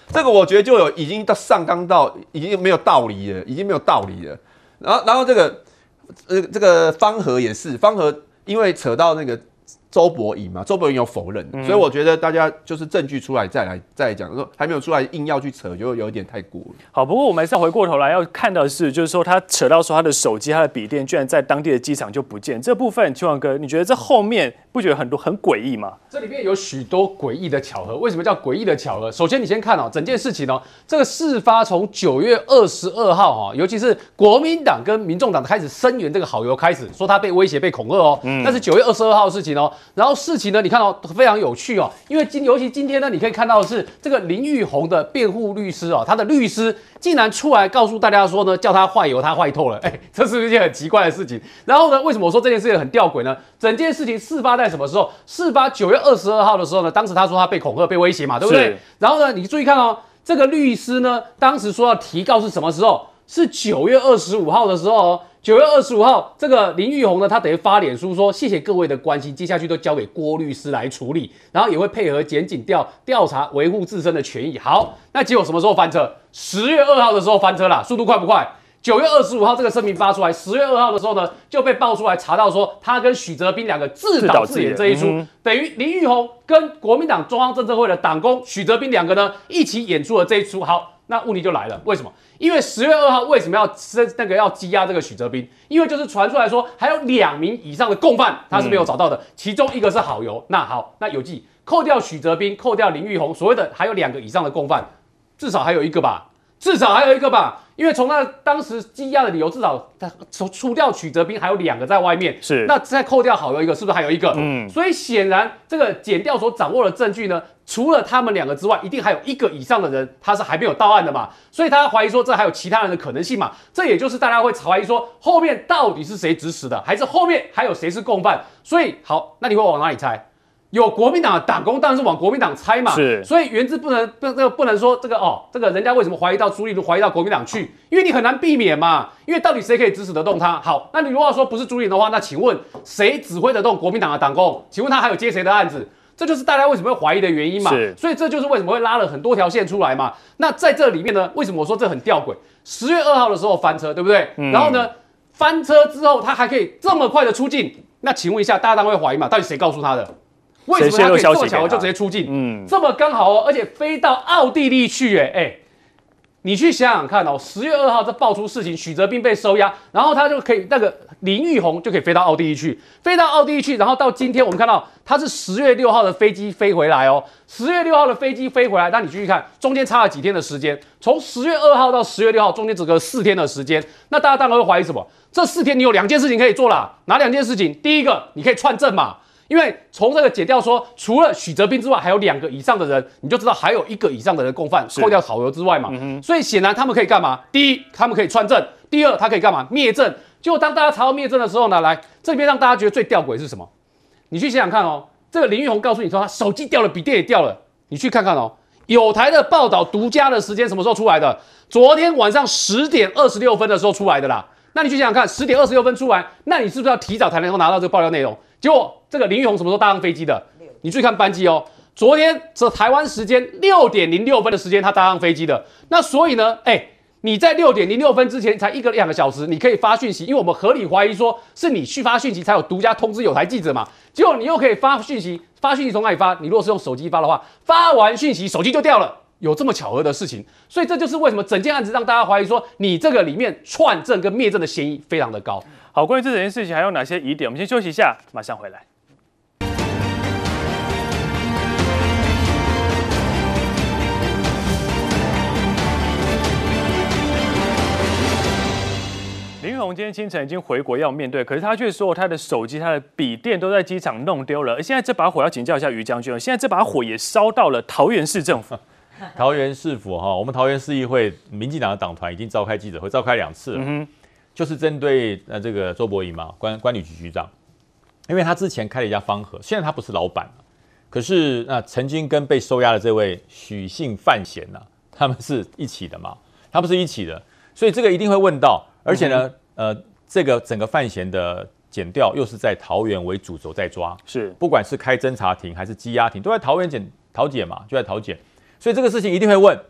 这个我觉得就有已经到上纲到已经没有道理了，已经没有道理了。然后然后这个呃这个方和也是，方和因为扯到那个周伯仪嘛，周伯仪有否认，嗯、所以我觉得大家就是证据出来再来再来讲，说还没有出来硬要去扯，就有一点太过了。
好，不过我们还是要回过头来要看到的是，就是说他扯到说他的手机、他的笔电居然在当地的机场就不见，这部分邱王哥，你觉得这后面不觉得很多很诡异吗？
这里面有许多诡异的巧合。为什么叫诡异的巧合？首先你先看哦，整件事情哦，这个事发从九月二十二号哈、哦，尤其是国民党跟民众党开始声援这个好友开始说他被威胁、被恐吓哦，嗯、那是九月二十二号的事情哦。然后事情呢，你看到、哦、非常有趣哦，因为今尤其今天呢，你可以看到的是这个林玉红的辩护律师哦，他的律师竟然出来告诉大家说呢，叫他坏油，他坏透了，哎，这是不是一件很奇怪的事情？然后呢，为什么我说这件事情很吊诡呢？整件事情事发在什么时候？事发九月二十二号的时候呢，当时他说他被恐吓、被威胁嘛，对不对？然后呢，你注意看哦，这个律师呢，当时说要提告是什么时候？是九月二十五号的时候哦。九月二十五号，这个林玉红呢，他等于发脸书说谢谢各位的关心，接下去都交给郭律师来处理，然后也会配合检警调调查，维护自身的权益。好，那结果什么时候翻车？十月二号的时候翻车啦，速度快不快？九月二十五号这个声明发出来，十月二号的时候呢，就被爆出来查到说他跟许哲斌两个自导自演这一出，嗯、等于林玉红跟国民党中央政策会的党工许哲斌两个呢一起演出了这一出。好，那问题就来了，为什么？因为十月二号为什么要那个要羁押这个许哲斌？因为就是传出来说还有两名以上的共犯他是没有找到的，嗯、其中一个是好友。那好，那有记扣掉许哲斌，扣掉林玉红，所谓的还有两个以上的共犯，至少还有一个吧，至少还有一个吧。因为从那当时羁押的理由，至少他除掉许哲斌还有两个在外面，是那再扣掉好友一个，是不是还有一个？嗯，所以显然这个检调所掌握的证据呢，除了他们两个之外，一定还有一个以上的人他是还没有到案的嘛，所以他怀疑说这还有其他人的可能性嘛，这也就是大家会怀疑说后面到底是谁指使的，还是后面还有谁是共犯？所以好，那你会往哪里猜？有国民党的党工当然是往国民党猜嘛，是，所以原之不能不这个不能说这个哦，这个人家为什么怀疑到朱立伦，怀疑到国民党去？因为你很难避免嘛，因为到底谁可以指使得动他？好，那你如果要说不是朱立伦的话，那请问谁指挥得动国民党的党工？请问他还有接谁的案子？这就是大家为什么会怀疑的原因嘛，所以这就是为什么会拉了很多条线出来嘛。那在这里面呢，为什么我说这很吊诡？十月二号的时候翻车，对不对？嗯、然后呢，翻车之后他还可以这么快的出境，那请问一下，大家当然会怀疑嘛，到底谁告诉他的？为什么他可以这么巧就直接出境？嗯，这么刚好哦，而且飞到奥地利去，哎哎，你去想想看哦，十月二号这爆出事情，许哲斌被收押，然后他就可以那个林玉红就可以飞到奥地利去，飞到奥地利去，然后到今天我们看到他是十月六号的飞机飞回来哦，十月六号的飞机飞回来，那你继续看，中间差了几天的时间，从十月二号到十月六号中间只隔四天的时间，那大家当然会怀疑什么？这四天你有两件事情可以做啦，哪两件事情？第一个，你可以串证嘛。因为从这个检调说，除了许哲斌之外，还有两个以上的人，你就知道还有一个以上的人共犯，扣掉好友之外嘛。嗯、所以显然他们可以干嘛？第一，他们可以串证；第二，他可以干嘛？灭证。结果当大家查到灭证的时候呢，来这边让大家觉得最吊诡是什么？你去想想看哦，这个林玉红告诉你说他手机掉了，笔电也掉了，你去看看哦。有台的报道独家的时间什么时候出来的？昨天晚上十点二十六分的时候出来的啦。那你去想想看，十点二十六分出来，那你是不是要提早才能够拿到这个爆料内容？结果这个林玉红什么时候搭上飞机的？你注意看班机哦，昨天这台湾时间六点零六分的时间，他搭上飞机的。那所以呢，哎，你在六点零六分之前才一个两个小时，你可以发讯息，因为我们合理怀疑说是你去发讯息才有独家通知有台记者嘛。结果你又可以发讯息，发讯息从哪里发？你如果是用手机发的话，发完讯息手机就掉了。有这么巧合的事情，所以这就是为什么整件案子让大家怀疑说，你这个里面串证跟灭证的嫌疑非常的高。
好，关于这整件事情还有哪些疑点？我们先休息一下，马上回来。林玉红今天清晨已经回国要面对，可是他却说他的手机、他的笔电都在机场弄丢了。而现在这把火要请教一下于将军，现在这把火也烧到了桃园市政府。
桃园市府哈，我们桃园市议会民进党的党团已经召开记者会，召开两次了，嗯、就是针对呃这个周伯仪嘛，关关旅局局长，因为他之前开了一家方和，现在他不是老板了，可是那、呃、曾经跟被收押的这位许姓范闲呐，他们是一起的嘛，他们是一起的，所以这个一定会问到，而且呢，嗯、呃，这个整个范闲的检调又是在桃园为主轴在抓，是不管是开侦查庭还是羁押庭，都在桃园检桃检嘛，就在桃检。所以这个事情一定会问，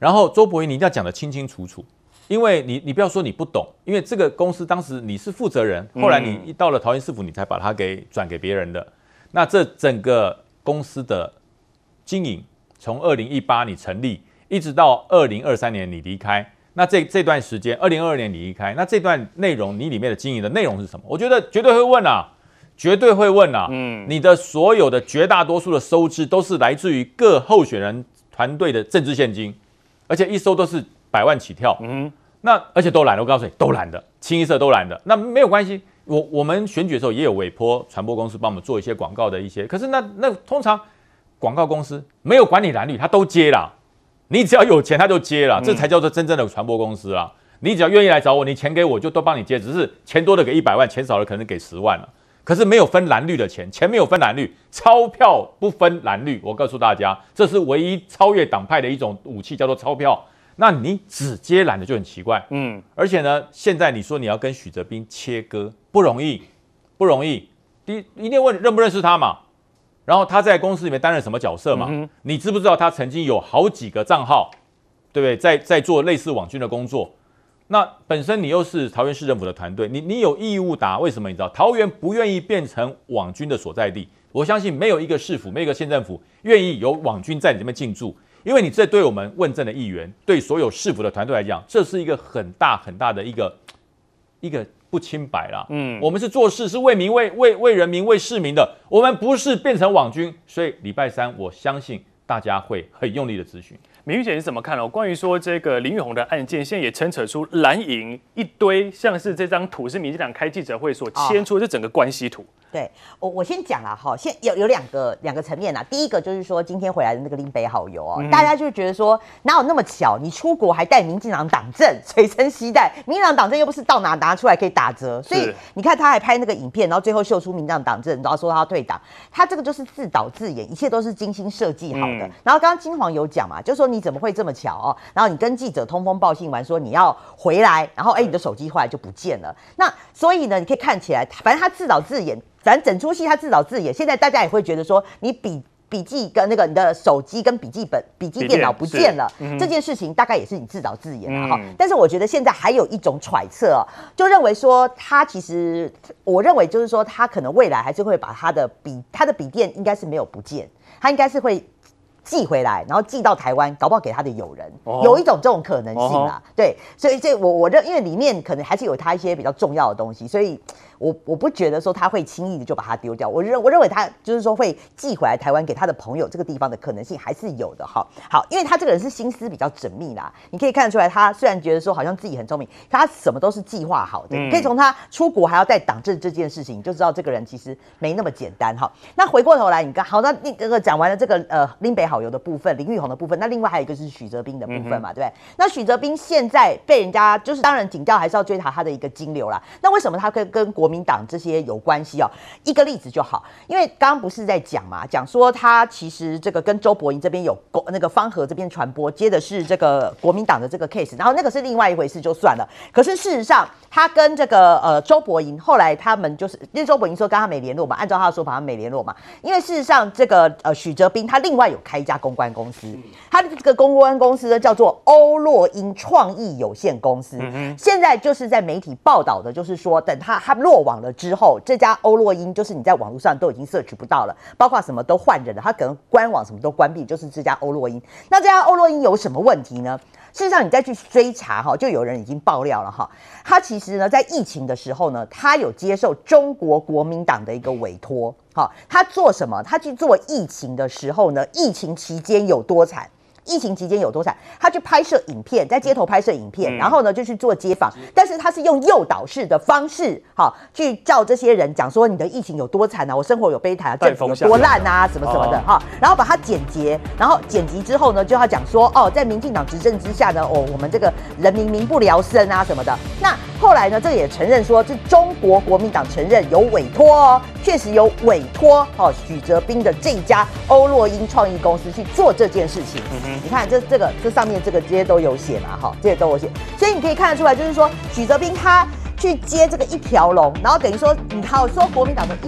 然后周伯仪你一定要讲得清清楚楚，因为你你不要说你不懂，因为这个公司当时你是负责人，后来你一到了桃园市府，你才把它给转给别人的。那这整个公司的经营，从二零一八你成立，一直到二零二三年你离开。那这这段时间，二零二二年你离开，那这段内容你里面的经营的内容是什么？我觉得绝对会问啊，绝对会问啊。嗯，你的所有的绝大多数的收支都是来自于各候选人团队的政治现金，而且一收都是百万起跳。嗯，那而且都拦了，我告诉你，都拦的，清一色都拦的。那没有关系，我我们选举的时候也有委托传播公司帮我们做一些广告的一些，可是那那通常广告公司没有管理蓝绿，他都接啦。你只要有钱他就接了，这才叫做真正的传播公司啦。你只要愿意来找我，你钱给我就都帮你接，只是钱多的给一百万，钱少的可能给十万了。可是没有分蓝绿的钱，钱没有分蓝绿，钞票不分蓝绿。我告诉大家，这是唯一超越党派的一种武器，叫做钞票。那你只接蓝的就很奇怪，嗯。而且呢，现在你说你要跟许哲彬切割，不容易，不容易。第一，一定问认不认识他嘛？然后他在公司里面担任什么角色嘛？嗯、你知不知道他曾经有好几个账号，对不对？在在做类似网军的工作。那本身你又是桃园市政府的团队，你你有义务答。为什么？你知道桃园不愿意变成网军的所在地？我相信没有一个市府、没有一个县政府愿意有网军在你这边进驻，因为你这对我们问政的议员，对所有市府的团队来讲，这是一个很大很大的一个一个。不清白啦，嗯，我们是做事是为民为为为人民为市民的，我们不是变成网军，所以礼拜三我相信大家会很用力的咨询。
明玉姐你怎么看呢？关于说这个林玉红的案件，现在也牵扯出蓝营一堆，像是这张图是民进党开记者会所牵出的这整个关系图。
哦、对我我先讲啦哈，现有有两个两个层面啦。第一个就是说今天回来的那个林北好友哦，嗯、大家就觉得说哪有那么巧，你出国还带民进党党证随身携带，民进党党证又不是到哪拿出来可以打折，所以你看他还拍那个影片，然后最后秀出民进党党证，然后说他要退党，他这个就是自导自演，一切都是精心设计好的。嗯、然后刚刚金黄有讲嘛，就说你怎么会这么巧哦？然后你跟记者通风报信完说你要回来，然后哎你的手机后来就不见了。那所以呢，你可以看起来，反正他自导自演。反正整出戏他自导自演，现在大家也会觉得说，你笔笔记跟那个你的手机跟笔记本、笔记电脑不见了，嗯、这件事情大概也是你自导自演了哈。嗯、但是我觉得现在还有一种揣测哦，就认为说他其实，我认为就是说他可能未来还是会把他的笔、他的笔电应该是没有不见，他应该是会寄回来，然后寄到台湾，搞不好给他的友人，哦、有一种这种可能性啦。哦、对，所以这我我认，因为里面可能还是有他一些比较重要的东西，所以。我我不觉得说他会轻易的就把它丢掉，我认我认为他就是说会寄回来台湾给他的朋友这个地方的可能性还是有的哈。好，因为他这个人是心思比较缜密啦，你可以看得出来，他虽然觉得说好像自己很聪明，可他什么都是计划好的。嗯、你可以从他出国还要带党证这件事情，你就知道这个人其实没那么简单哈。那回过头来，你刚好，那那个讲完了这个呃林北好友的部分，林玉红的部分，那另外还有一个是许哲彬的部分嘛，嗯、对不对？那许哲彬现在被人家就是当然警调还是要追查他的一个金流啦。那为什么他跟跟国民党这些有有关系哦，一个例子就好，因为刚刚不是在讲嘛，讲说他其实这个跟周伯仪这边有那个方和这边传播，接的是这个国民党的这个 case， 然后那个是另外一回事就算了。可是事实上，他跟这个呃周伯仪后来他们就是，因为周伯仪说跟他没联络嘛，按照他的说法他没联络嘛，因为事实上这个呃许哲彬他另外有开一家公关公司，他的这个公关公司呢叫做欧洛英创意有限公司，嗯、现在就是在媒体报道的，就是说等他他落网了之后。这家欧洛英就是你在网络上都已经摄取不到了，包括什么都换人了，他可能官网什么都关闭，就是这家欧洛英。那这家欧洛英有什么问题呢？事实上，你再去追查哈，就有人已经爆料了哈。他其实呢，在疫情的时候呢，他有接受中国国民党的一个委托，好，他做什么？他去做疫情的时候呢，疫情期间有多惨？疫情期间有多惨？他去拍摄影片，在街头拍摄影片，嗯、然后呢就去做街访，但是他是用诱导式的方式，好去叫这些人讲说你的疫情有多惨啊，我生活有悲惨啊，政府有多烂啊，什么什么的哈、哦，然后把它剪辑，然后剪辑之后呢，就要讲说哦，在民进党执政之下呢，哦，我们这个人民民不聊生啊什么的。那后来呢，这也承认说，这中国国民党承认有委托哦，确实有委托哦许哲彬的这一家欧洛英创意公司去做这件事情。嗯你看这这个这上面这个这些都有写嘛，哈，这些都有写，所以你可以看得出来，就是说许哲彬他去接这个一条龙，然后等于说你好说国民党的一